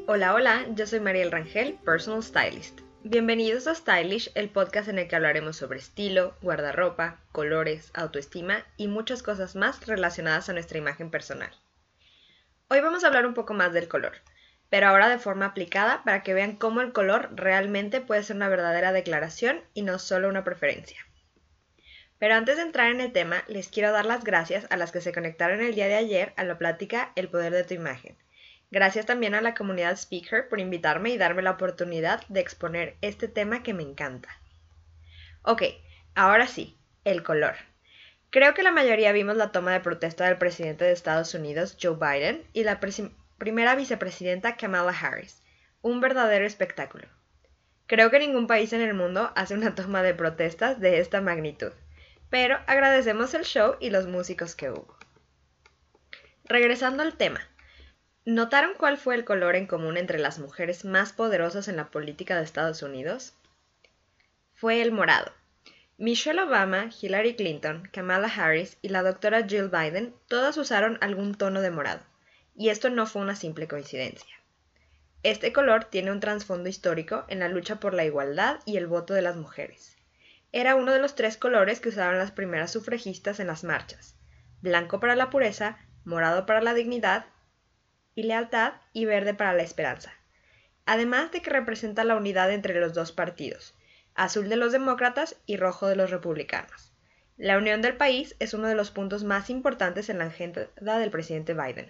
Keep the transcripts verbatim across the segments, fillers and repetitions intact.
Hola, hola, yo soy Mariel Rangel, Personal Stylist. Bienvenidos a Stylish, el podcast en el que hablaremos sobre estilo, guardarropa, colores, autoestima y muchas cosas más relacionadas a nuestra imagen personal. Hoy vamos a hablar un poco más del color, pero ahora de forma aplicada para que vean cómo el color realmente puede ser una verdadera declaración y no solo una preferencia. Pero antes de entrar en el tema, les quiero dar las gracias a las que se conectaron el día de ayer a la plática El Poder de tu Imagen. Gracias también a la comunidad Speaker por invitarme y darme la oportunidad de exponer este tema que me encanta. Ok, ahora sí, el color. Creo que la mayoría vimos la toma de protesta del presidente de Estados Unidos, Joe Biden, y la primera vicepresidenta Kamala Harris. Un verdadero espectáculo. Creo que ningún país en el mundo hace una toma de protestas de esta magnitud, pero agradecemos el show y los músicos que hubo. Regresando al tema. ¿Notaron cuál fue el color en común entre las mujeres más poderosas en la política de Estados Unidos? Fue el morado. Michelle Obama, Hillary Clinton, Kamala Harris y la doctora Jill Biden todas usaron algún tono de morado, y esto no fue una simple coincidencia. Este color tiene un trasfondo histórico en la lucha por la igualdad y el voto de las mujeres. Era uno de los tres colores que usaban las primeras sufragistas en las marchas: blanco para la pureza, morado para la dignidad y lealtad y verde para la esperanza. Además de que representa la unidad entre los dos partidos, azul de los demócratas y rojo de los republicanos. La unión del país es uno de los puntos más importantes en la agenda del presidente Biden.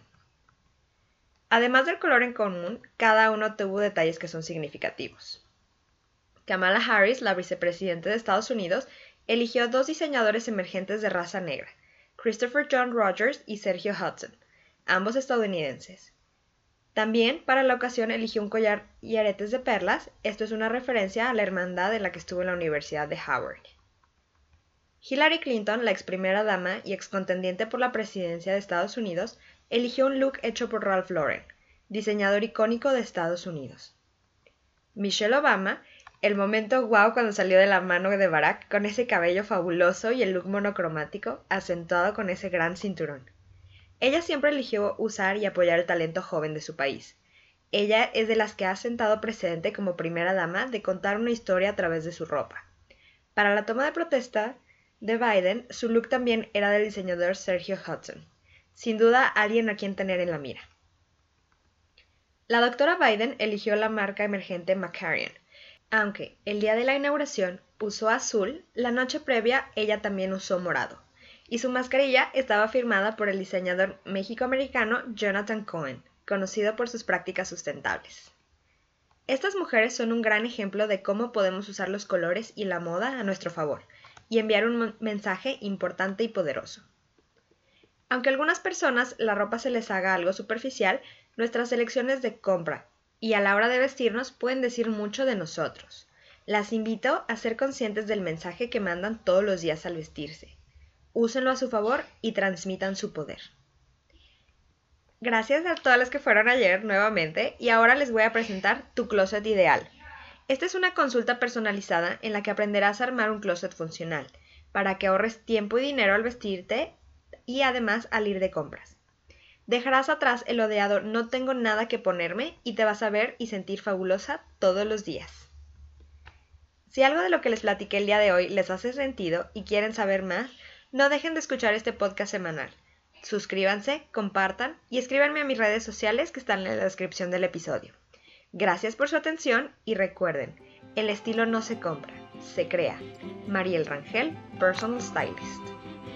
Además del color en común, cada uno tuvo detalles que son significativos. Kamala Harris, la vicepresidenta de Estados Unidos, eligió dos diseñadores emergentes de raza negra, Christopher John Rogers y Sergio Hudson, ambos estadounidenses. También para la ocasión eligió un collar y aretes de perlas. Esto es una referencia a la hermandad en la que estuvo en la Universidad de Howard. Hillary Clinton, la ex primera dama y ex contendiente por la presidencia de Estados Unidos, eligió un look hecho por Ralph Lauren, diseñador icónico de Estados Unidos. Michelle Obama, el momento wow cuando salió de la mano de Barack con ese cabello fabuloso y el look monocromático, acentuado con ese gran cinturón. Ella siempre eligió usar y apoyar el talento joven de su país. Ella es de las que ha sentado precedente como primera dama de contar una historia a través de su ropa. Para la toma de protesta de Biden, su look también era del diseñador Sergio Hudson. Sin duda, alguien a quien tener en la mira. La doctora Biden eligió la marca emergente McCarran. Aunque el día de la inauguración usó azul, la noche previa ella también usó morado. Y su mascarilla estaba firmada por el diseñador mexicoamericano Jonathan Cohen, conocido por sus prácticas sustentables. Estas mujeres son un gran ejemplo de cómo podemos usar los colores y la moda a nuestro favor, y enviar un mensaje importante y poderoso. Aunque a algunas personas la ropa se les haga algo superficial, nuestras elecciones de compra y a la hora de vestirnos pueden decir mucho de nosotros. Las invito a ser conscientes del mensaje que mandan todos los días al vestirse. Úsenlo a su favor y transmitan su poder. Gracias a todas las que fueron ayer nuevamente y ahora les voy a presentar tu closet ideal. Esta es una consulta personalizada en la que aprenderás a armar un closet funcional para que ahorres tiempo y dinero al vestirte y además al ir de compras. Dejarás atrás el odiado no tengo nada que ponerme y te vas a ver y sentir fabulosa todos los días. Si algo de lo que les platiqué el día de hoy les hace sentido y quieren saber más, no dejen de escuchar este podcast semanal. Suscríbanse, compartan y escríbanme a mis redes sociales que están en la descripción del episodio. Gracias por su atención y recuerden, el estilo no se compra, se crea. Mariel Rangel, Personal Stylist.